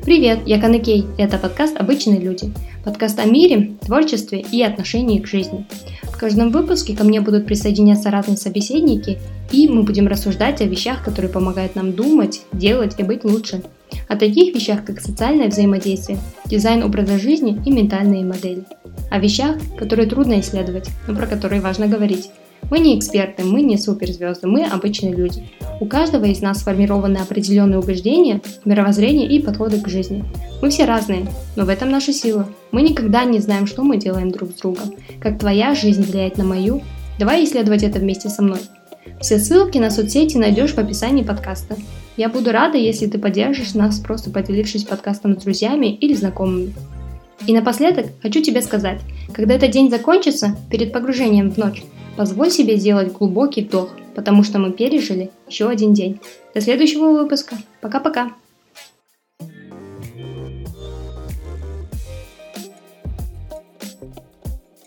Привет, я Каныкей, и это подкаст «Обычные люди». Подкаст о мире, творчестве и отношении к жизни. В каждом выпуске ко мне будут присоединяться разные собеседники, и мы будем рассуждать о вещах, которые помогают нам думать, делать и быть лучше. О таких вещах, как социальное взаимодействие, дизайн образа жизни и ментальные модели. О вещах, которые трудно исследовать, но про которые важно говорить. Мы не эксперты, мы не суперзвезды, мы обычные люди. У каждого из нас сформированы определенные убеждения, мировоззрение и подходы к жизни. Мы все разные, но в этом наша сила. Мы никогда не знаем, что мы делаем друг с другом. Как твоя жизнь влияет на мою? Давай исследовать это вместе со мной. Все ссылки на соцсети найдешь в описании подкаста. Я буду рада, если ты поддержишь нас, просто поделившись подкастом с друзьями или знакомыми. И напоследок хочу тебе сказать, когда этот день закончится, перед погружением в ночь, позволь себе сделать глубокий вдох, потому что мы пережили еще один день. До следующего выпуска. Пока-пока.